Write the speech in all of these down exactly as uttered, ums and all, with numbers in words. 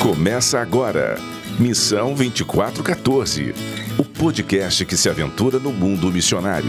Começa agora, Missão vinte e quatro quatorze, o podcast que se aventura no mundo missionário.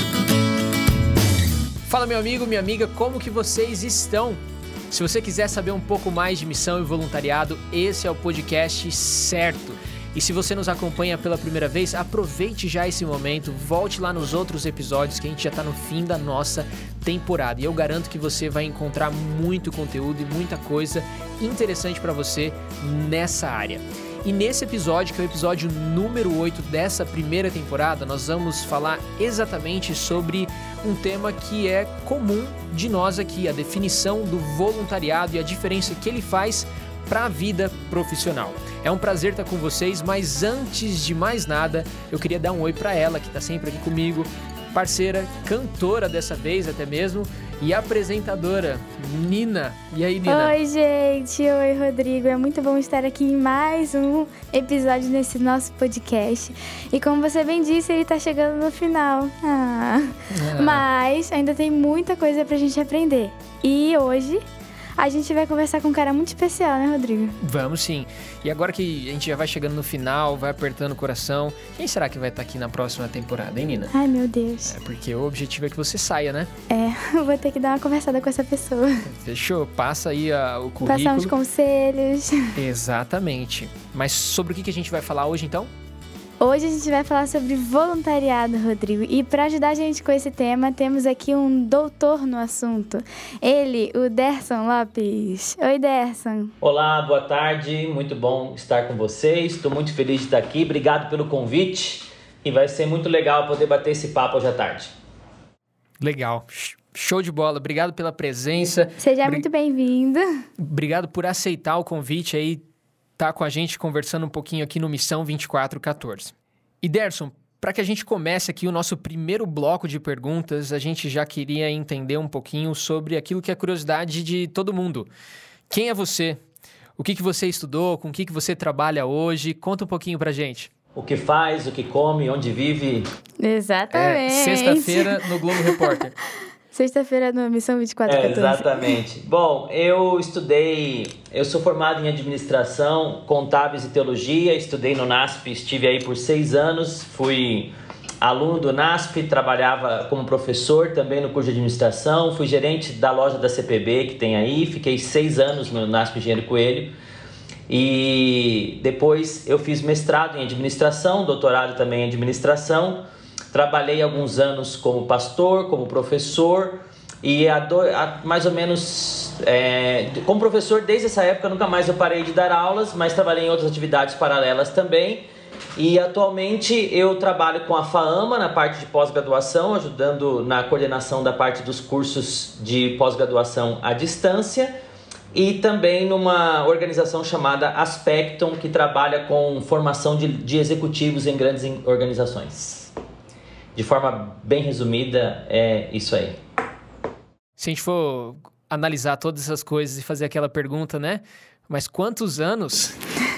Fala, meu amigo, minha amiga, como que vocês estão? Se você quiser saber um pouco mais de missão e voluntariado, esse é o podcast certo. E se você nos acompanha pela primeira vez, aproveite já esse momento, volte lá nos outros episódios que a gente já está no fim da nossa temporada. E eu garanto que você vai encontrar muito conteúdo e muita coisa interessante para você nessa área. E nesse episódio, que é o episódio número oito dessa primeira temporada, nós vamos falar exatamente sobre um tema que é comum de nós aqui, a definição do voluntariado e a diferença que ele faz para a vida profissional. É um prazer estar com vocês, mas antes de mais nada, eu queria dar um oi para ela, que está sempre aqui comigo, parceira, cantora dessa vez até mesmo, e apresentadora, Nina. E aí, Nina? Oi, gente. Oi, Rodrigo. É muito bom estar aqui em mais um episódio nesse nosso podcast. E como você bem disse, ele está chegando no final. Ah. Ah. Mas ainda tem muita coisa pra gente aprender. E hoje a gente vai conversar com um cara muito especial, né, Rodrigo? Vamos sim. E agora que a gente já vai chegando no final, vai apertando o coração, quem será que vai estar aqui na próxima temporada, hein, Nina? Ai, meu Deus. É porque o objetivo é que você saia, né? É, eu vou ter que dar uma conversada com essa pessoa. Fechou? Passa aí a, o currículo. Passar uns conselhos. Exatamente. Mas sobre o que a gente vai falar hoje, então? Hoje a gente vai falar sobre voluntariado, Rodrigo. E para ajudar a gente com esse tema, temos aqui um doutor no assunto. Ele, o Derson Lopes. Oi, Derson. Olá, boa tarde. Muito bom estar com vocês. Estou muito feliz de estar aqui. Obrigado pelo convite. E vai ser muito legal poder bater esse papo hoje à tarde. Legal. Show de bola. Obrigado pela presença. Seja Bri... muito bem-vindo. Obrigado por aceitar o convite aí, tá com a gente conversando um pouquinho aqui no Missão vinte e quatro quatorze. E Derson, para que a gente comece aqui o nosso primeiro bloco de perguntas, a gente já queria entender um pouquinho sobre aquilo que é curiosidade de todo mundo. Quem é você? O que, que você estudou? Com o que, que você trabalha hoje? Conta um pouquinho pra gente. O que faz, o que come, onde vive. Exatamente. É, sexta-feira no Globo Repórter. Sexta-feira no Missão vinte e quatro quatorze. É, exatamente. Bom, eu estudei, eu sou formado em administração, contábeis e teologia, estudei no NASP, estive aí por seis anos, fui aluno do NASP, trabalhava como professor também no curso de administração, fui gerente da loja da C P B que tem aí, fiquei seis anos no NASP Engenheiro Coelho e depois eu fiz mestrado em administração, doutorado também em administração. Trabalhei alguns anos como pastor, como professor e há, do, há mais ou menos é, como professor desde essa época nunca mais eu parei de dar aulas, mas trabalhei em outras atividades paralelas também. E atualmente eu trabalho com a FAAMA na parte de pós-graduação, ajudando na coordenação da parte dos cursos de pós-graduação à distância e também numa organização chamada Aspecton, que trabalha com formação de, de executivos em grandes organizações. De forma bem resumida, é isso aí. Se a gente for analisar todas essas coisas e fazer aquela pergunta, né? Mas quantos anos?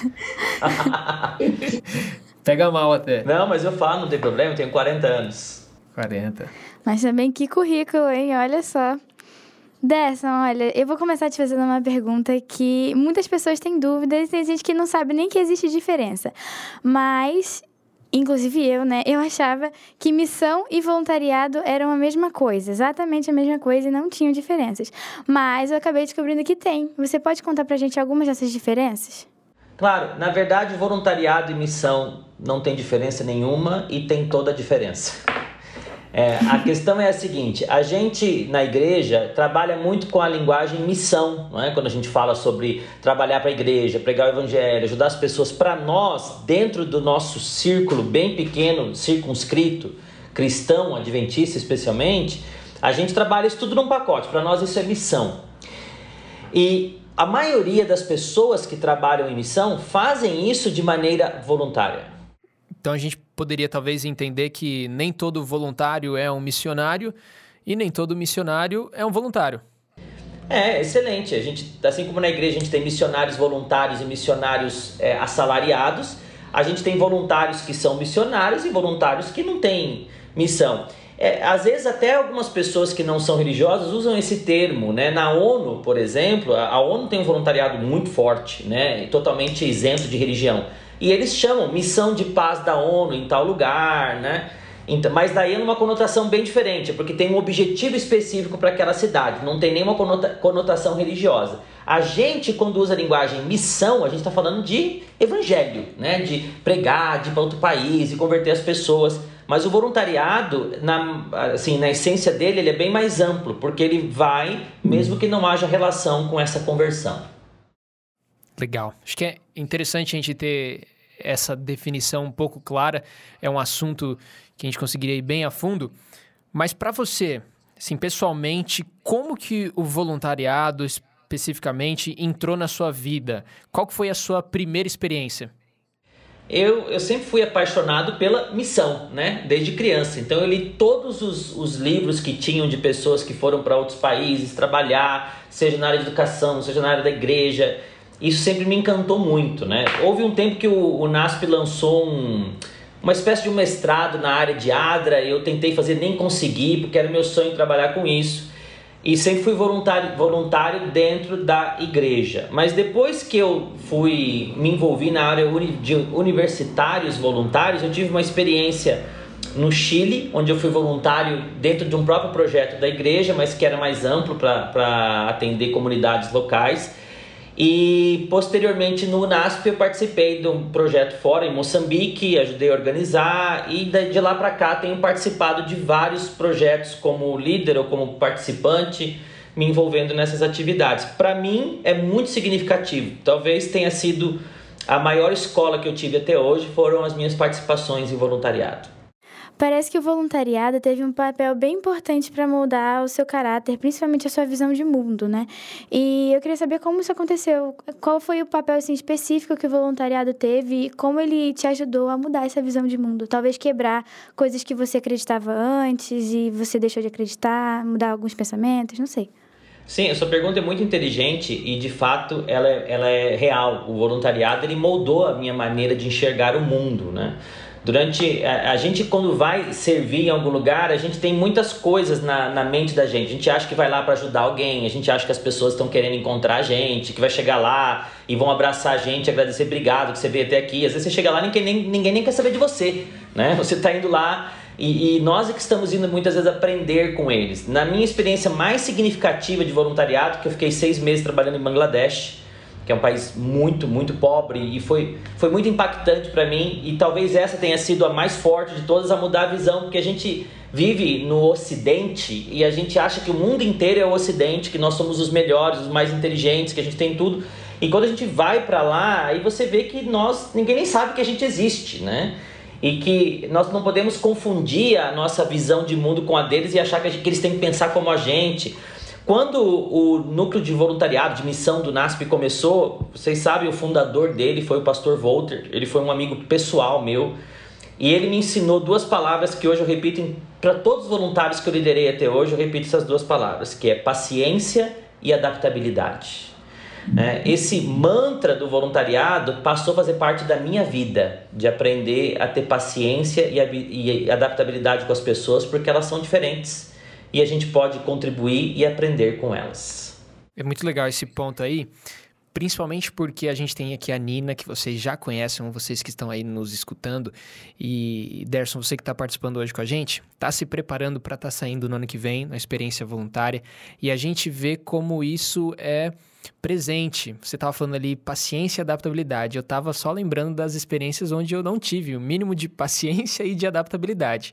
Pega mal até. Não, mas eu falo, não tem problema, eu tenho quarenta anos. quarenta. Mas também que currículo, hein? Olha só. Derson, olha, eu vou começar te fazendo uma pergunta que muitas pessoas têm dúvidas e tem gente que não sabe nem que existe diferença. Mas... inclusive eu, né? Eu achava que missão e voluntariado eram a mesma coisa, exatamente a mesma coisa e não tinham diferenças. Mas eu acabei descobrindo que tem. Você pode contar pra gente algumas dessas diferenças? Claro, na verdade, voluntariado e missão não tem diferença nenhuma e tem toda a diferença. É, a questão é a seguinte, a gente na igreja trabalha muito com a linguagem missão, não é? Quando a gente fala sobre trabalhar para a igreja, pregar o evangelho, ajudar as pessoas, para nós, dentro do nosso círculo bem pequeno, circunscrito, cristão, adventista especialmente, a gente trabalha isso tudo num pacote, para nós isso é missão. E a maioria das pessoas que trabalham em missão fazem isso de maneira voluntária. Então a gente poderia talvez entender que nem todo voluntário é um missionário e nem todo missionário é um voluntário. É, excelente. A gente, assim como na igreja a gente tem missionários voluntários e missionários é, assalariados, a gente tem voluntários que são missionários e voluntários que não têm missão. É, às vezes até algumas pessoas que não são religiosas usam esse termo, né? Na ONU, por exemplo, a, a ONU tem um voluntariado muito forte, né? Totalmente isento de religião. E eles chamam missão de paz da ONU em tal lugar, né? Então, mas daí é uma conotação bem diferente, porque tem um objetivo específico para aquela cidade, não tem nenhuma conota, conotação religiosa. A gente, quando usa a linguagem missão, a gente está falando de evangelho, né? De pregar, de ir para outro país, de converter as pessoas. Mas o voluntariado, na, assim, na essência dele, ele é bem mais amplo, porque ele vai, mesmo que não haja relação com essa conversão. Legal. Acho que é interessante a gente ter essa definição um pouco clara. É um assunto que a gente conseguiria ir bem a fundo. Mas para você, assim, pessoalmente, como que o voluntariado especificamente entrou na sua vida? Qual que foi a sua primeira experiência? Eu, eu sempre fui apaixonado pela missão, né? Desde criança. Então eu li todos os, os livros que tinham de pessoas que foram para outros países trabalhar, seja na área de educação, seja na área da igreja. Isso sempre me encantou muito, né? Houve um tempo que o, o NASP lançou um, uma espécie de um mestrado na área de ADRA. Eu tentei fazer, nem consegui, porque era meu sonho trabalhar com isso. E sempre fui voluntário, voluntário dentro da igreja. Mas depois que eu fui me envolvi na área de universitários voluntários, eu tive uma experiência no Chile, onde eu fui voluntário dentro de um próprio projeto da igreja, mas que era mais amplo para atender comunidades locais. E posteriormente no NASP eu participei de um projeto fora em Moçambique, ajudei a organizar, e de lá para cá tenho participado de vários projetos como líder ou como participante, me envolvendo nessas atividades. Para mim é muito significativo, talvez tenha sido a maior escola que eu tive até hoje, foram as minhas participações em voluntariado. Parece que o voluntariado teve um papel bem importante para moldar o seu caráter, principalmente a sua visão de mundo, né? E eu queria saber como isso aconteceu. Qual foi o papel assim, específico que o voluntariado teve e como ele te ajudou a mudar essa visão de mundo? Talvez quebrar coisas que você acreditava antes e você deixou de acreditar, mudar alguns pensamentos, não sei. Sim, a sua pergunta é muito inteligente e, de fato, ela é, ela é real. O voluntariado, ele moldou a minha maneira de enxergar o mundo, né? Durante, a, a gente quando vai servir em algum lugar, a gente tem muitas coisas na, na mente da gente. A gente acha que vai lá para ajudar alguém, a gente acha que as pessoas estão querendo encontrar a gente, que vai chegar lá e vão abraçar a gente, agradecer, obrigado que você veio até aqui. Às vezes você chega lá e ninguém, nem, ninguém nem quer saber de você, né? Você está indo lá e, e nós é que estamos indo muitas vezes aprender com eles. Na minha experiência mais significativa de voluntariado, que eu fiquei seis meses trabalhando em Bangladesh, que é um país muito, muito pobre, e foi, foi muito impactante para mim, e talvez essa tenha sido a mais forte de todas, a mudar a visão, porque a gente vive no Ocidente e a gente acha que o mundo inteiro é o Ocidente, que nós somos os melhores, os mais inteligentes, que a gente tem tudo, e quando a gente vai para lá, aí você vê que nós, ninguém nem sabe que a gente existe, né? E que nós não podemos confundir a nossa visão de mundo com a deles e achar que, a gente, que eles têm que pensar como a gente. Quando o núcleo de voluntariado, de missão do NASP começou, vocês sabem, o fundador dele foi o pastor Walter. Ele foi um amigo pessoal meu. E ele me ensinou duas palavras que hoje eu repito para todos os voluntários que eu liderei até hoje. Eu repito essas duas palavras, que é paciência e adaptabilidade. É, esse mantra do voluntariado passou a fazer parte da minha vida, de aprender a ter paciência e, a, e adaptabilidade com as pessoas, porque elas são diferentes. E a gente pode contribuir e aprender com elas. É muito legal esse ponto aí, principalmente porque a gente tem aqui a Nina, que vocês já conhecem, vocês que estão aí nos escutando. E, Derson, você que está participando hoje com a gente, está se preparando para estar tá saindo no ano que vem, na experiência voluntária. E a gente vê como isso é presente. Você estava falando ali paciência e adaptabilidade. Eu estava só lembrando das experiências onde eu não tive o mínimo de paciência e de adaptabilidade.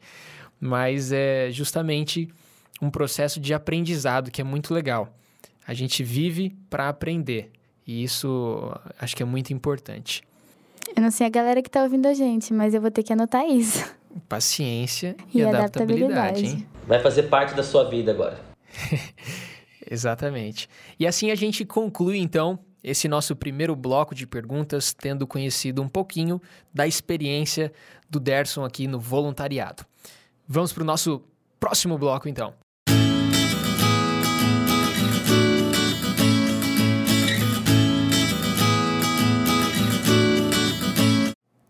Mas é justamente um processo de aprendizado que é muito legal. A gente vive para aprender e isso acho que é muito importante. Eu não sei a galera que está ouvindo a gente, mas eu vou ter que anotar isso. Paciência e, e adaptabilidade. adaptabilidade. Hein? Vai fazer parte da sua vida agora. Exatamente. E assim a gente conclui então esse nosso primeiro bloco de perguntas, tendo conhecido um pouquinho da experiência do Derson aqui no voluntariado. Vamos para o nosso próximo bloco então.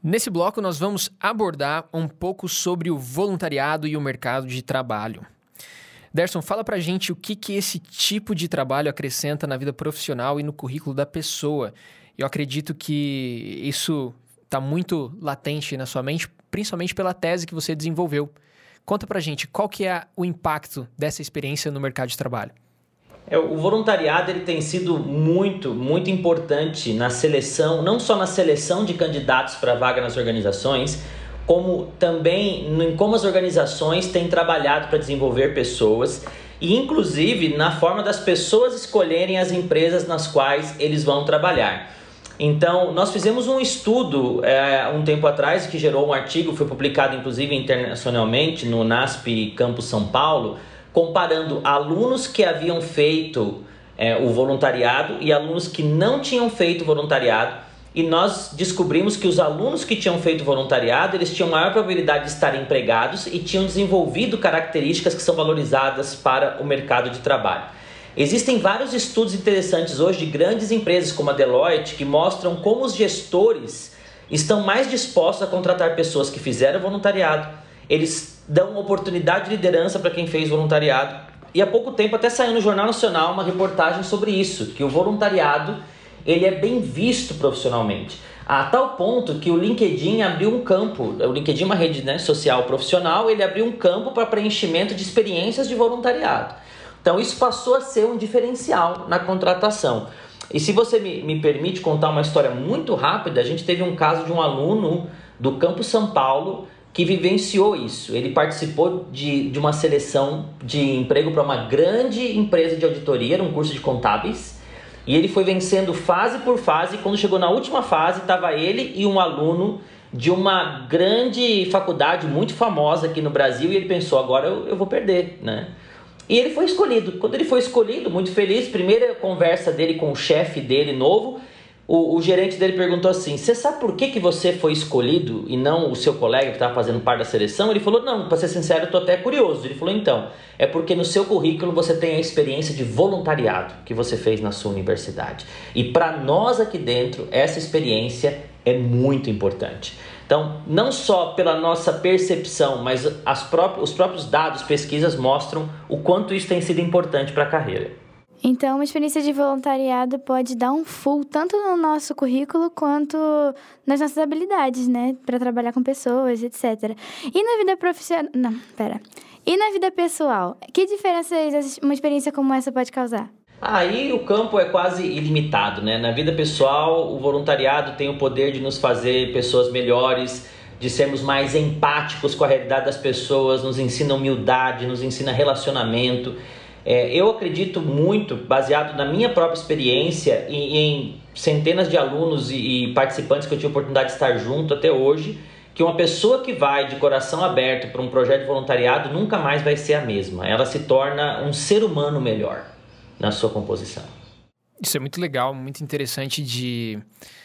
Nesse bloco, nós vamos abordar um pouco sobre o voluntariado e o mercado de trabalho. Derson, fala pra gente o que, que esse tipo de trabalho acrescenta na vida profissional e no currículo da pessoa. Eu acredito que isso está muito latente na sua mente, principalmente pela tese que você desenvolveu. Conta pra gente, qual que é o impacto dessa experiência no mercado de trabalho? É, o voluntariado ele tem sido muito, muito importante na seleção, não só na seleção de candidatos para vaga nas organizações, como também em como as organizações têm trabalhado para desenvolver pessoas e inclusive na forma das pessoas escolherem as empresas nas quais eles vão trabalhar. Então, nós fizemos um estudo é, um tempo atrás que gerou um artigo, foi publicado inclusive internacionalmente no NASP Campus São Paulo, comparando alunos que haviam feito é, o voluntariado e alunos que não tinham feito voluntariado. E nós descobrimos que os alunos que tinham feito voluntariado, eles tinham maior probabilidade de estar empregados e tinham desenvolvido características que são valorizadas para o mercado de trabalho. Existem vários estudos interessantes hoje de grandes empresas como a Deloitte que mostram como os gestores estão mais dispostos a contratar pessoas que fizeram voluntariado. Eles dão oportunidade de liderança para quem fez voluntariado. E há pouco tempo até saiu no Jornal Nacional uma reportagem sobre isso, que o voluntariado ele é bem visto profissionalmente. A tal ponto que o LinkedIn abriu um campo, o LinkedIn é uma rede, né, social profissional, ele abriu um campo para preenchimento de experiências de voluntariado. Então isso passou a ser um diferencial na contratação. E se você me, me permite contar uma história muito rápida, a gente teve um caso de um aluno do Campus São Paulo que vivenciou isso. Ele participou de, de uma seleção de emprego para uma grande empresa de auditoria, era um curso de contábeis, e ele foi vencendo fase por fase, e quando chegou na última fase, estava ele e um aluno de uma grande faculdade muito famosa aqui no Brasil, e ele pensou, agora eu, eu vou perder, né? E ele foi escolhido. Quando ele foi escolhido, muito feliz, primeira conversa dele com o chefe dele novo, O, o gerente dele perguntou assim, você sabe por que, que você foi escolhido e não o seu colega que estava fazendo parte da seleção? Ele falou, não, para ser sincero, eu estou até curioso. Ele falou, então, é porque no seu currículo você tem a experiência de voluntariado que você fez na sua universidade. E para nós aqui dentro, essa experiência é muito importante. Então, não só pela nossa percepção, mas as próprias, os próprios dados, pesquisas mostram o quanto isso tem sido importante para a carreira. Então, uma experiência de voluntariado pode dar um full tanto no nosso currículo quanto nas nossas habilidades, né? Para trabalhar com pessoas, etcétera. E na vida profissional... Não, pera. E na vida pessoal? Que diferenças uma experiência como essa pode causar? Aí o campo é quase ilimitado, né? Na vida pessoal, o voluntariado tem o poder de nos fazer pessoas melhores, de sermos mais empáticos com a realidade das pessoas, nos ensina humildade, nos ensina relacionamento. É, eu acredito muito, baseado na minha própria experiência e em centenas de alunos e, e participantes que eu tive a oportunidade de estar junto até hoje, que uma pessoa que vai de coração aberto para um projeto de voluntariado nunca mais vai ser a mesma. Ela se torna um ser humano melhor na sua composição. Isso é muito legal, muito interessante de,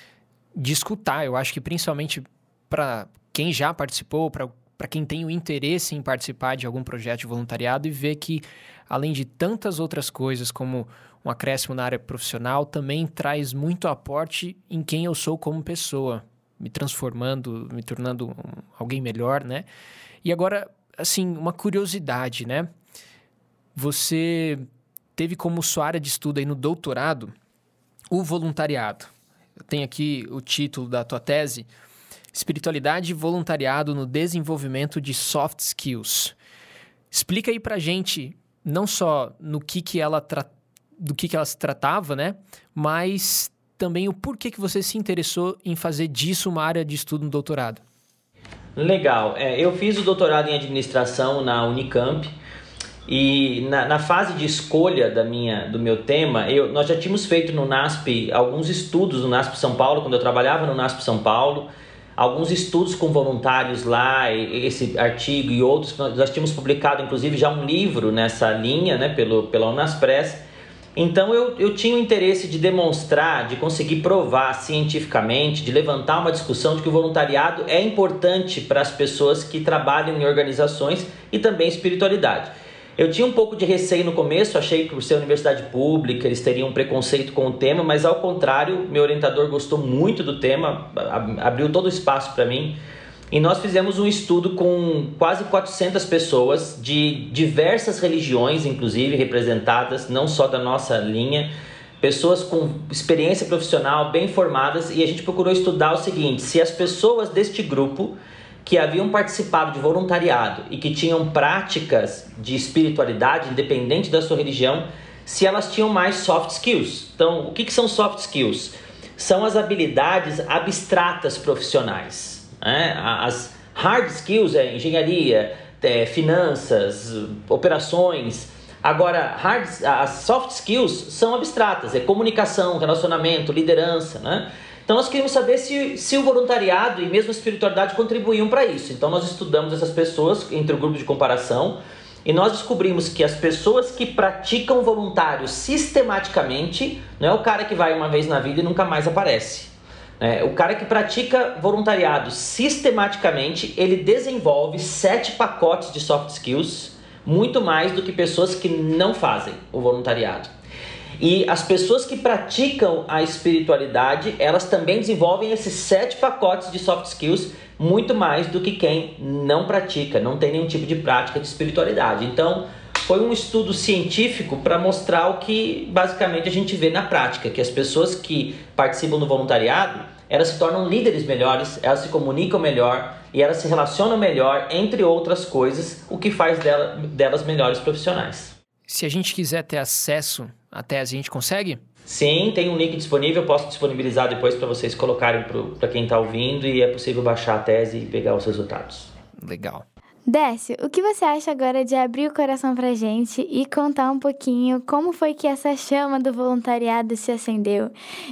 de escutar. Eu acho que principalmente para quem já participou, para para quem tem o interesse em participar de algum projeto de voluntariado e ver que, além de tantas outras coisas, como um acréscimo na área profissional, também traz muito aporte em quem eu sou como pessoa, me transformando, me tornando um, alguém melhor, né? E agora, assim, uma curiosidade, né? Você teve como sua área de estudo aí no doutorado o voluntariado. Eu tenho aqui o título da tua tese, Espiritualidade e Voluntariado no Desenvolvimento de Soft Skills. Explica aí pra gente, não só no que que ela tra... do que que ela se tratava, né? Mas também o porquê que você se interessou em fazer disso uma área de estudo no doutorado. Legal. É, eu fiz o doutorado em administração na Unicamp e na, na fase de escolha da minha, do meu tema, eu, nós já tínhamos feito no NASP alguns estudos no NASP São Paulo, quando eu trabalhava no NASP São Paulo, alguns estudos com voluntários lá, esse artigo e outros, nós tínhamos publicado inclusive já um livro nessa linha, né, pelo, pela Unaspress. Então eu, eu tinha o interesse de demonstrar, de conseguir provar cientificamente, de levantar uma discussão de que o voluntariado é importante para as pessoas que trabalham em organizações e também espiritualidade. Eu tinha um pouco de receio no começo, achei que por ser universidade pública eles teriam um preconceito com o tema, mas ao contrário, meu orientador gostou muito do tema, abriu todo o espaço para mim. E nós fizemos um estudo com quase quatrocentas pessoas de diversas religiões, inclusive representadas, não só da nossa linha, pessoas com experiência profissional, bem formadas, e a gente procurou estudar o seguinte: se as pessoas deste grupo que haviam participado de voluntariado e que tinham práticas de espiritualidade, independente da sua religião, se elas tinham mais soft skills. Então, o que, que são soft skills? São as habilidades abstratas profissionais. Né? As hard skills é engenharia, é, finanças, operações. Agora, hard, as soft skills são abstratas, é comunicação, relacionamento, liderança, né? Então nós queríamos saber se, se o voluntariado e mesmo a espiritualidade contribuíam para isso. Então nós estudamos essas pessoas entre o grupo de comparação e nós descobrimos que as pessoas que praticam voluntário sistematicamente, não é o cara que vai uma vez na vida e nunca mais aparece. É, o cara que pratica voluntariado sistematicamente, ele desenvolve sete pacotes de soft skills, muito mais do que pessoas que não fazem o voluntariado. E as pessoas que praticam a espiritualidade, elas também desenvolvem esses sete pacotes de soft skills muito mais do que quem não pratica, não tem nenhum tipo de prática de espiritualidade. Então, foi um estudo científico para mostrar o que basicamente a gente vê na prática, que as pessoas que participam do voluntariado, elas se tornam líderes melhores, elas se comunicam melhor e elas se relacionam melhor, entre outras coisas, o que faz dela, delas melhores profissionais. Se a gente quiser ter acesso à tese, a gente consegue? Sim, tem um link disponível, eu posso disponibilizar depois para vocês colocarem para quem está ouvindo e é possível baixar a tese e pegar os resultados. Legal. Décio, o que você acha agora de abrir o coração pra gente e contar um pouquinho como foi que essa chama do voluntariado se acendeu?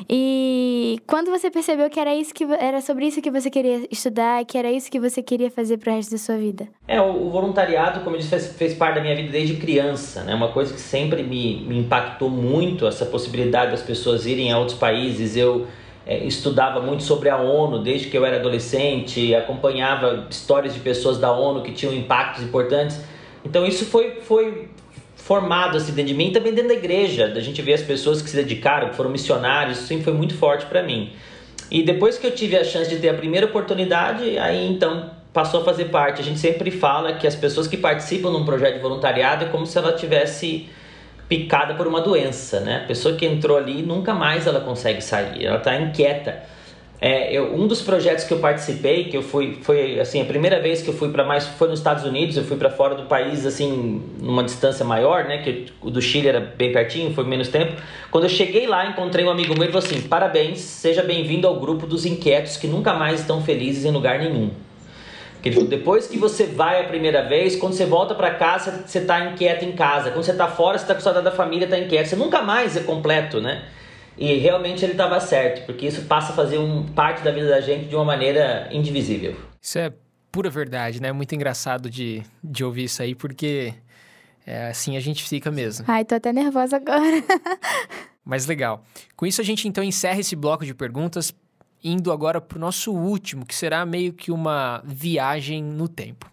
E quando você percebeu que era, isso que, era sobre isso que você queria estudar, que era isso que você queria fazer pro resto da sua vida? É, o, o voluntariado, como eu disse, fez, fez parte da minha vida desde criança, né? Uma coisa que sempre me, me impactou muito, essa possibilidade das pessoas irem a outros países. Eu É, estudava muito sobre a ONU desde que eu era adolescente, acompanhava histórias de pessoas da ONU que tinham impactos importantes. Então isso foi, foi formado assim, dentro de mim, também dentro da igreja, da gente ver as pessoas que se dedicaram, que foram missionários, isso sempre foi muito forte para mim. E depois que eu tive a chance de ter a primeira oportunidade, aí então passou a fazer parte. A gente sempre fala que as pessoas que participam num projeto de voluntariado é como se ela tivesse picada por uma doença, né? A pessoa que entrou ali, nunca mais ela consegue sair, ela está inquieta. É, eu, um dos projetos que eu participei, que eu fui, foi assim, a primeira vez que eu fui para mais, foi nos Estados Unidos, eu fui para fora do país, assim, numa distância maior, né? Que o do Chile era bem pertinho, foi menos tempo. Quando eu cheguei lá, encontrei um amigo meu e falou assim: parabéns, seja bem-vindo ao grupo dos inquietos que nunca mais estão felizes em lugar nenhum. Porque ele falou, depois que você vai a primeira vez, quando você volta para casa, você está inquieto em casa. Quando você está fora, você está com saudade da família, está inquieto. Você nunca mais é completo, né? E realmente ele estava certo, porque isso passa a fazer um, parte da vida da gente de uma maneira indivisível. Isso é pura verdade, né? Muito engraçado de, de ouvir isso aí, porque é, assim a gente fica mesmo. Ai, tô até nervosa agora. Mas legal. Com isso a gente então encerra esse bloco de perguntas, indo agora para o nosso último, que será meio que uma viagem no tempo.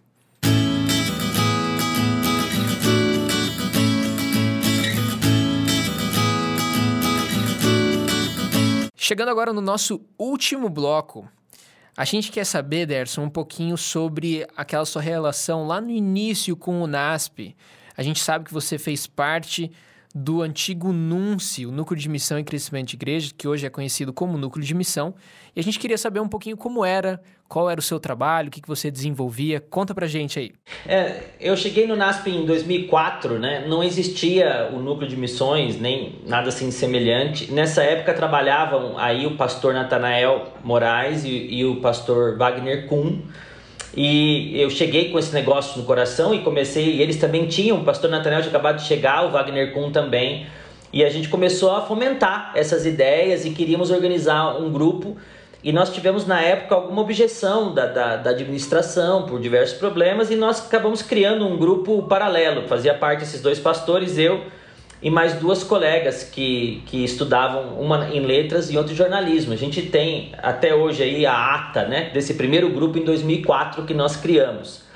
Chegando agora no nosso último bloco, a gente quer saber, Derson, um pouquinho sobre aquela sua relação lá no início com o NASP. A gente sabe que você fez parte do antigo NUNCE, o Núcleo de Missão e Crescimento de Igreja, que hoje é conhecido como Núcleo de Missão. E a gente queria saber um pouquinho como era, qual era o seu trabalho, o que, que você desenvolvia. Conta pra gente aí. É, eu cheguei no NASP em dois mil e quatro, né? Não existia o Núcleo de Missões, nem nada assim semelhante. Nessa época trabalhavam aí o pastor Natanael Moraes e, e o pastor Wagner Kuhn. E eu cheguei com esse negócio no coração e comecei, e eles também tinham, o pastor Natanael tinha acabado de chegar, o Wagner Kuhn também, e a gente começou a fomentar essas ideias e queríamos organizar um grupo, e nós tivemos na época alguma objeção da, da, da administração por diversos problemas, e nós acabamos criando um grupo paralelo, fazia parte desses dois pastores, eu e mais duas colegas que, que estudavam, uma em letras e outra em jornalismo. A gente tem até hoje aí a ata, né, desse primeiro grupo em dois mil e quatro que nós criamos.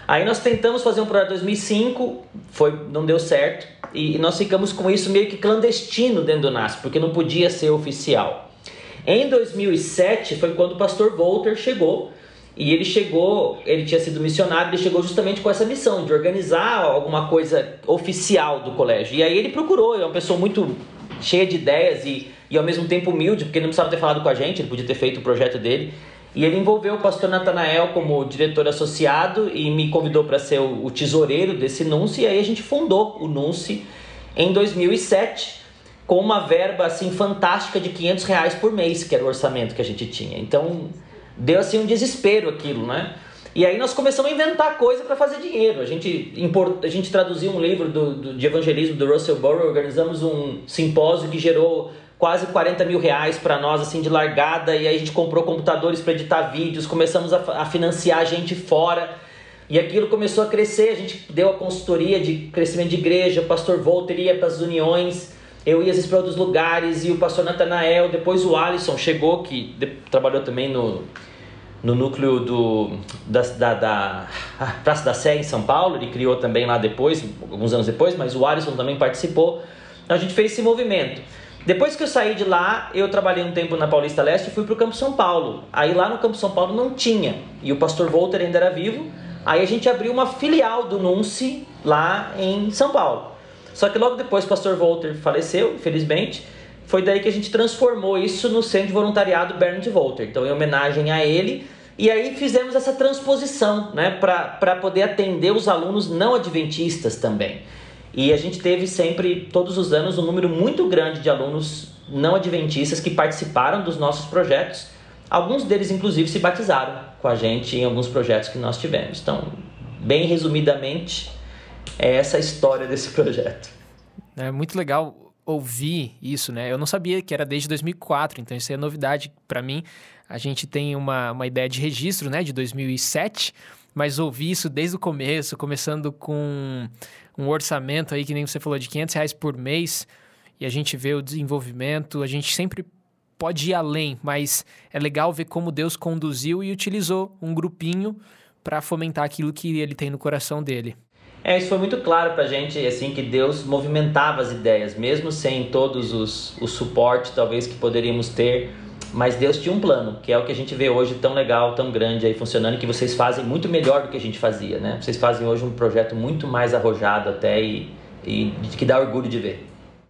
Aí nós tentamos fazer um projeto em dois mil e cinco, foi, não deu certo, e nós ficamos com isso meio que clandestino dentro do NASP, porque não podia ser oficial. Em dois mil e sete foi quando o pastor Walter chegou, e ele chegou, ele tinha sido missionário, ele chegou justamente com essa missão de organizar alguma coisa oficial do colégio. E aí ele procurou, é uma pessoa muito cheia de ideias e, e ao mesmo tempo humilde, porque ele não precisava ter falado com a gente, ele podia ter feito o projeto dele. E ele envolveu o pastor Natanael como diretor associado e me convidou para ser o, o tesoureiro desse Nunce. E aí a gente fundou o Nunce em dois mil e sete com uma verba assim fantástica de quinhentos reais por mês, que era o orçamento que a gente tinha. Então deu assim um desespero aquilo, né? E aí nós começamos a inventar coisa para fazer dinheiro. A gente, import... a gente traduziu um livro do, do, de evangelismo do Russell Burrow, organizamos um simpósio que gerou quase quarenta mil reais para nós, assim, de largada, e aí a gente comprou computadores para editar vídeos, começamos a, a financiar gente fora, e aquilo começou a crescer. A gente deu a consultoria de crescimento de igreja, o pastor Walter ia para as uniões, eu ia às vezes para outros lugares, e o pastor Natanael, depois o Alisson chegou, que de, trabalhou também no, no núcleo do, da, da, da Praça da Sé em São Paulo, ele criou também lá depois, alguns anos depois, mas o Alisson também participou. Então a gente fez esse movimento. Depois que eu saí de lá, eu trabalhei um tempo na Paulista Leste e fui para o Campo São Paulo. Aí lá no Campo São Paulo não tinha, e o pastor Walter ainda era vivo. Aí a gente abriu uma filial do Nunce lá em São Paulo. Só que logo depois o pastor Walter faleceu, infelizmente. Foi daí que a gente transformou isso no Centro de Voluntariado Bernard Walter. Então, em homenagem a ele. E aí fizemos essa transposição, né, para poder atender os alunos não adventistas também. E a gente teve sempre, todos os anos, um número muito grande de alunos não adventistas que participaram dos nossos projetos. Alguns deles, inclusive, se batizaram com a gente em alguns projetos que nós tivemos. Então, bem resumidamente, é essa a história desse projeto. É muito legal ouvir isso, né? Eu não sabia que era desde dois mil e quatro, então isso é novidade para mim. A gente tem uma, uma ideia de registro, né, de dois mil e sete, mas ouvir isso desde o começo, começando com um orçamento aí, que nem você falou, de quinhentos reais por mês, e a gente vê o desenvolvimento, a gente sempre pode ir além, mas é legal ver como Deus conduziu e utilizou um grupinho para fomentar aquilo que ele tem no coração dele. É, isso foi muito claro pra gente, assim, que Deus movimentava as ideias, mesmo sem todos os, os suportes, talvez, que poderíamos ter, mas Deus tinha um plano, que é o que a gente vê hoje tão legal, tão grande aí funcionando, que vocês fazem muito melhor do que a gente fazia, né? Vocês fazem hoje um projeto muito mais arrojado até e, e que dá orgulho de ver.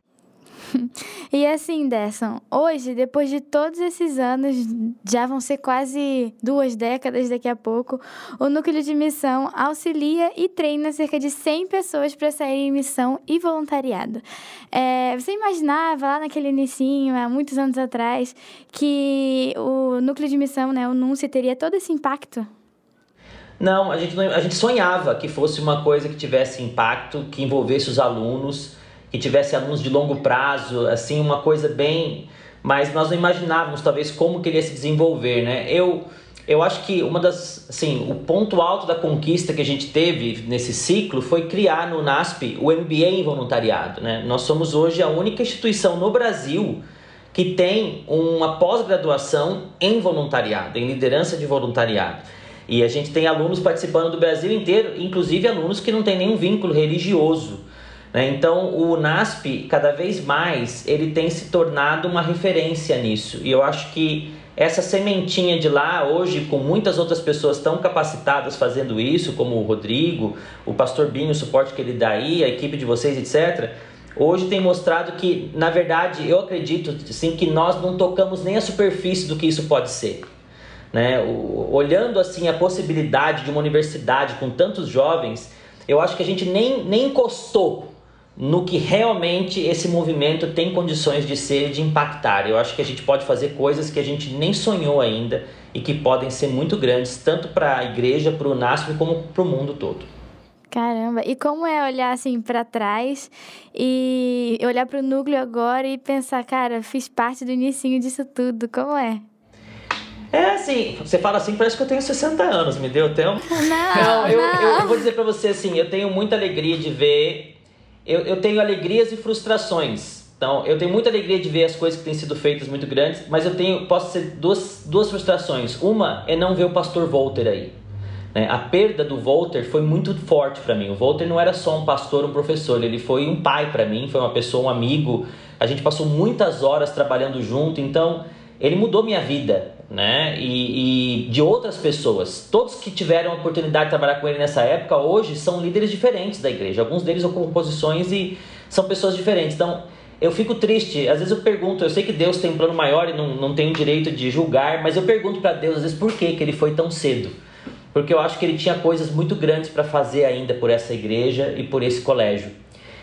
E assim, Derson, hoje, depois de todos esses anos, já vão ser quase duas décadas daqui a pouco, o Núcleo de Missão auxilia e treina cerca de cem pessoas para sair em missão e voluntariado. É, você imaginava lá naquele inicinho, há muitos anos atrás, que o Núcleo de Missão, né, o Nunce, teria todo esse impacto? Não, a gente, não, a gente sonhava que fosse uma coisa que tivesse impacto, que envolvesse os alunos, que tivesse alunos de longo prazo, assim, uma coisa bem... Mas nós não imaginávamos, talvez, como que ele ia se desenvolver, né? Eu, eu acho que uma das... Assim, o ponto alto da conquista que a gente teve nesse ciclo foi criar no NASP o M B A em voluntariado, né? Nós somos hoje a única instituição no Brasil que tem uma pós-graduação em voluntariado, em liderança de voluntariado. E a gente tem alunos participando do Brasil inteiro, inclusive alunos que não têm nenhum vínculo religioso. Então o NASP, cada vez mais, ele tem se tornado uma referência nisso. E eu acho que essa sementinha de lá, hoje, com muitas outras pessoas tão capacitadas fazendo isso, como o Rodrigo, o Pastor Binho, o suporte que ele dá aí, a equipe de vocês, etcétera, hoje tem mostrado que, na verdade, eu acredito assim, que nós não tocamos nem a superfície do que isso pode ser. Né? O, olhando assim a possibilidade de uma universidade com tantos jovens, eu acho que a gente nem, nem encostou no que realmente esse movimento tem condições de ser e de impactar. Eu acho que a gente pode fazer coisas que a gente nem sonhou ainda e que podem ser muito grandes, tanto para a igreja, para o NASP, como para o mundo todo. Caramba, e como é olhar assim para trás e olhar para o núcleo agora e pensar, cara, fiz parte do inicinho disso tudo, como é? É assim, você fala assim, parece que eu tenho sessenta anos, me deu até um... Não, não, eu, não. Eu, eu vou dizer pra você assim, eu tenho muita alegria de ver, eu, eu tenho alegrias e frustrações. Então, eu tenho muita alegria de ver as coisas que têm sido feitas muito grandes, mas eu tenho, posso ser duas, duas frustrações. Uma é não ver o pastor Walter aí. né? A perda do Walter foi muito forte para mim. O Walter não era só um pastor, um professor, ele foi um pai para mim, foi uma pessoa, um amigo. A gente passou muitas horas trabalhando junto, então ele mudou minha vida, né? E, e de outras pessoas. Todos que tiveram a oportunidade de trabalhar com ele nessa época, hoje são líderes diferentes da igreja. Alguns deles ocupam posições e são pessoas diferentes. Então, eu fico triste. Às vezes eu pergunto, eu sei que Deus tem um plano maior e não, não tem o direito de julgar, mas eu pergunto para Deus, às vezes, por que que ele foi tão cedo? Porque eu acho que ele tinha coisas muito grandes para fazer ainda por essa igreja e por esse colégio.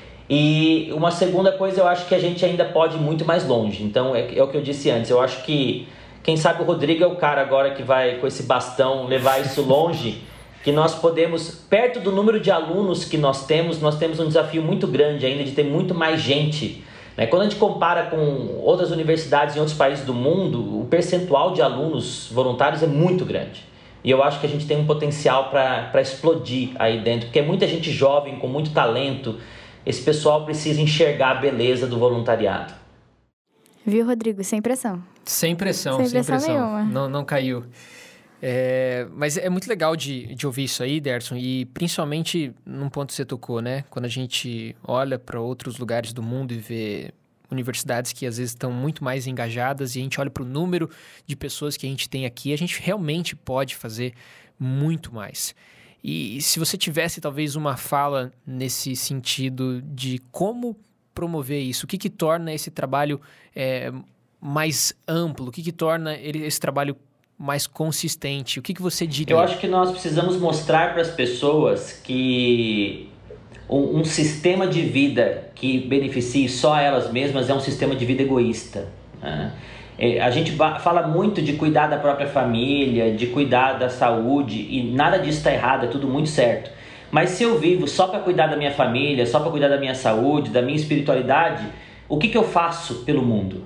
E uma segunda coisa, eu acho que a gente ainda pode ir muito mais longe. Então, é, é o que eu disse antes. Eu acho que, quem sabe o Rodrigo é o cara agora que vai, com esse bastão, levar isso longe. Que nós podemos, perto do número de alunos que nós temos, nós temos um desafio muito grande ainda de ter muito mais gente. Né? Quando a gente compara com outras universidades em outros países do mundo, o percentual de alunos voluntários é muito grande. E eu acho que a gente tem um potencial para explodir aí dentro. Porque é muita gente jovem, com muito talento. Esse pessoal precisa enxergar a beleza do voluntariado. Viu, Rodrigo? Sem pressão. Sem pressão, sem, sem pressão. pressão nenhuma. Não, não caiu. É, mas é muito legal de, de ouvir isso aí, Derson, e principalmente num ponto que você tocou, né? Quando a gente olha para outros lugares do mundo e vê universidades que às vezes estão muito mais engajadas e a gente olha para o número de pessoas que a gente tem aqui, a gente realmente pode fazer muito mais. E se você tivesse talvez uma fala nesse sentido de como promover isso, o que que torna esse trabalho é, mais amplo, o que que torna ele, esse trabalho mais consistente, o que que você diria? Eu acho que nós precisamos mostrar para as pessoas que um, um sistema de vida que beneficie só elas mesmas é um sistema de vida egoísta, né? A gente fala muito de cuidar da própria família, de cuidar da saúde, e nada disso está errado, é tudo muito certo. Mas se eu vivo só para cuidar da minha família, só para cuidar da minha saúde, da minha espiritualidade, o que que eu faço pelo mundo?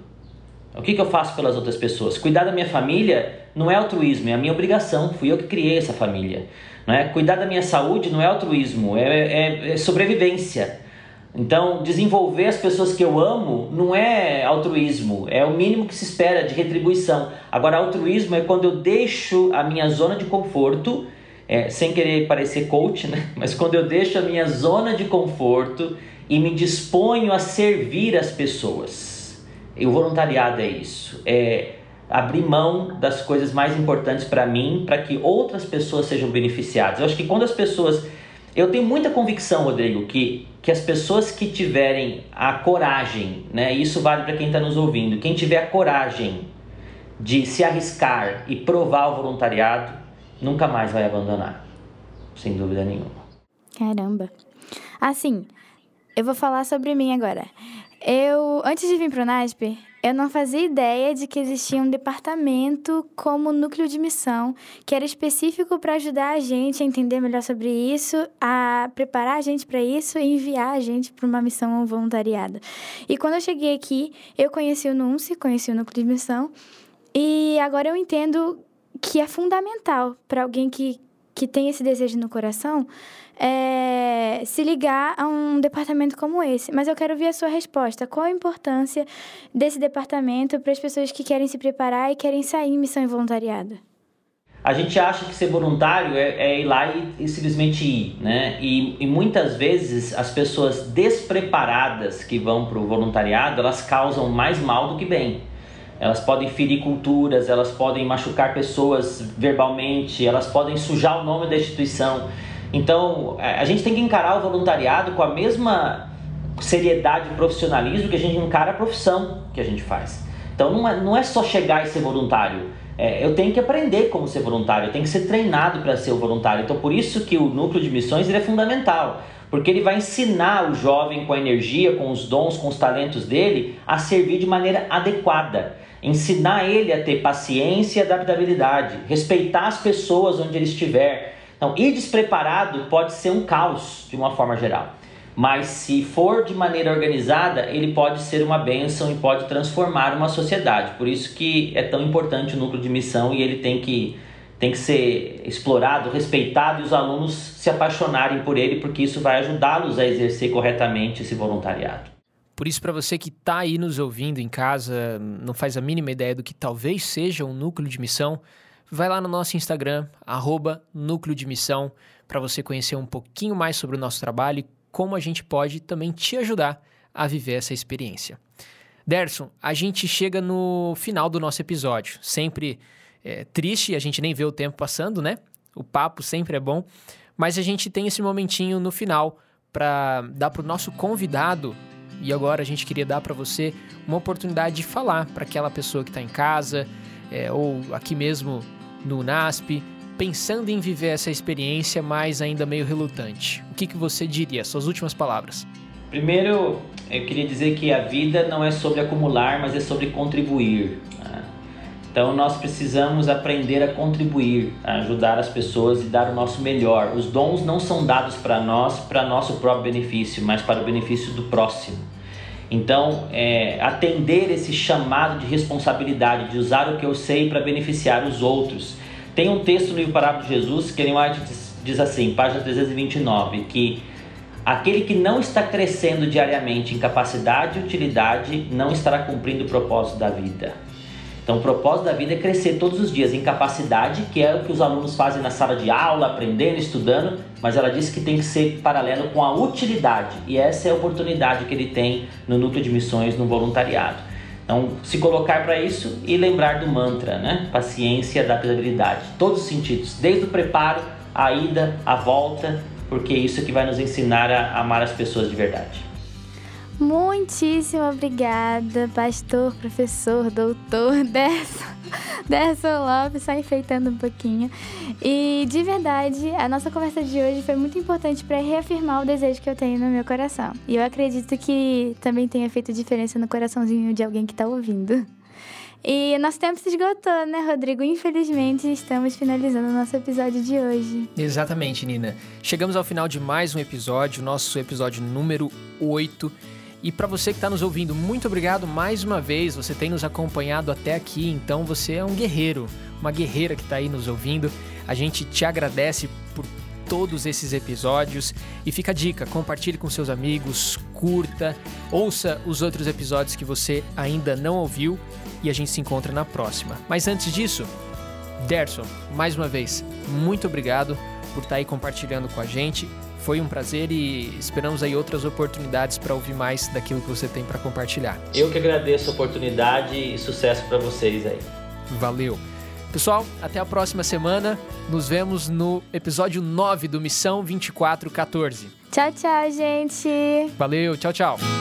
O que que eu faço pelas outras pessoas? Cuidar da minha família não é altruísmo, é a minha obrigação, fui eu que criei essa família. Não é? Cuidar da minha saúde não é altruísmo, é, é, é sobrevivência. Então, desenvolver as pessoas que eu amo não é altruísmo, é o mínimo que se espera de retribuição. Agora, altruísmo é quando eu deixo a minha zona de conforto, é, sem querer parecer coach, né? Mas quando eu deixo a minha zona de conforto e me disponho a servir as pessoas. E o voluntariado é isso, é abrir mão das coisas mais importantes para mim, para que outras pessoas sejam beneficiadas. Eu acho que quando as pessoas... Eu tenho muita convicção, Rodrigo, que, que as pessoas que tiverem a coragem, né, isso vale para quem está nos ouvindo, quem tiver a coragem de se arriscar e provar o voluntariado, nunca mais vai abandonar, sem dúvida nenhuma. Caramba. Assim, eu vou falar sobre mim agora. Eu, antes de vir para o NASP, eu não fazia ideia de que existia um departamento como núcleo de missão, que era específico para ajudar a gente a entender melhor sobre isso, a preparar a gente para isso e enviar a gente para uma missão voluntariada. E quando eu cheguei aqui, eu conheci o NUNCE, conheci o núcleo de missão, e agora eu entendo que é fundamental para alguém que, que tem esse desejo no coração, É, se ligar a um departamento como esse. Mas eu quero ouvir a sua resposta. Qual a importância desse departamento para as pessoas que querem se preparar e querem sair em missão e voluntariado? A gente acha que ser voluntário é, é ir lá e, e simplesmente ir, né? E, e muitas vezes as pessoas despreparadas que vão para o voluntariado, elas causam mais mal do que bem. Elas podem ferir culturas, elas podem machucar pessoas verbalmente, elas podem sujar o nome da instituição. Então, a gente tem que encarar o voluntariado com a mesma seriedade e profissionalismo que a gente encara a profissão que a gente faz. Então, não é, não é só chegar e ser voluntário. É, eu tenho que aprender como ser voluntário, eu tenho que ser treinado para ser o voluntário. Então, por isso que o núcleo de missões ele é fundamental, porque ele vai ensinar o jovem com a energia, com os dons, com os talentos dele, a servir de maneira adequada. Ensinar ele a ter paciência e adaptabilidade, respeitar as pessoas onde ele estiver. Então, ir despreparado pode ser um caos, de uma forma geral. Mas se for de maneira organizada, ele pode ser uma bênção e pode transformar uma sociedade. Por isso que é tão importante o núcleo de missão e ele tem que, tem que ser explorado, respeitado e os alunos se apaixonarem por ele, porque isso vai ajudá-los a exercer corretamente esse voluntariado. Por isso, para você que está aí nos ouvindo em casa, não faz a mínima ideia do que talvez seja um núcleo de missão, vai lá no nosso Instagram, arroba Núcleo de Missão, para você conhecer um pouquinho mais sobre o nosso trabalho e como a gente pode também te ajudar a viver essa experiência. Derson, a gente chega no final do nosso episódio. Sempre é, triste, a gente nem vê o tempo passando, né? O papo sempre é bom, mas a gente tem esse momentinho no final para dar para o nosso convidado, e agora a gente queria dar para você uma oportunidade de falar para aquela pessoa que está em casa, é, ou aqui mesmo no NASP, pensando em viver essa experiência, mas ainda meio relutante. O que, que você diria? Suas últimas palavras. Primeiro, eu queria dizer que a vida não é sobre acumular, mas é sobre contribuir. Né? Então, nós precisamos aprender a contribuir, a ajudar as pessoas e dar o nosso melhor. Os dons não são dados para nós, para nosso próprio benefício, mas para o benefício do próximo. Então, é, atender esse chamado de responsabilidade, de usar o que eu sei para beneficiar os outros. Tem um texto no livro Parábola de Jesus, que Ellen White diz, diz assim, página trezentos e vinte e nove, que aquele que não está crescendo diariamente em capacidade e utilidade não estará cumprindo o propósito da vida. Então, o propósito da vida é crescer todos os dias em capacidade, que é o que os alunos fazem na sala de aula, aprendendo, estudando, mas ela diz que tem que ser paralelo com a utilidade, e essa é a oportunidade que ele tem no Núcleo de Missões, no voluntariado. Então, se colocar para isso e lembrar do mantra, né? Paciência, adaptabilidade, todos os sentidos, desde o preparo, a ida, a volta, porque é isso que vai nos ensinar a amar as pessoas de verdade. Muitíssimo obrigada, pastor, professor, doutor Derson, Derson Lopes, só enfeitando um pouquinho. E, de verdade, a nossa conversa de hoje foi muito importante para reafirmar o desejo que eu tenho no meu coração. E eu acredito que também tenha feito diferença no coraçãozinho de alguém que está ouvindo. E nosso tempo se esgotou, né, Rodrigo? Infelizmente, estamos finalizando o nosso episódio de hoje. Exatamente, Nina. Chegamos ao final de mais um episódio, nosso episódio número oito. E para você que está nos ouvindo, muito obrigado mais uma vez. Você tem nos acompanhado até aqui, então você é um guerreiro, uma guerreira que está aí nos ouvindo. A gente te agradece por todos esses episódios. E fica a dica, compartilhe com seus amigos, curta, ouça os outros episódios que você ainda não ouviu e a gente se encontra na próxima. Mas antes disso, Derson, mais uma vez, muito obrigado por estar aí compartilhando com a gente. Foi um prazer e esperamos aí outras oportunidades para ouvir mais daquilo que você tem para compartilhar. Eu que agradeço a oportunidade e sucesso para vocês aí. Valeu. Pessoal, até a próxima semana. Nos vemos no episódio nove do Missão vinte e quatro quatorze. Tchau, tchau, gente. Valeu, tchau, tchau.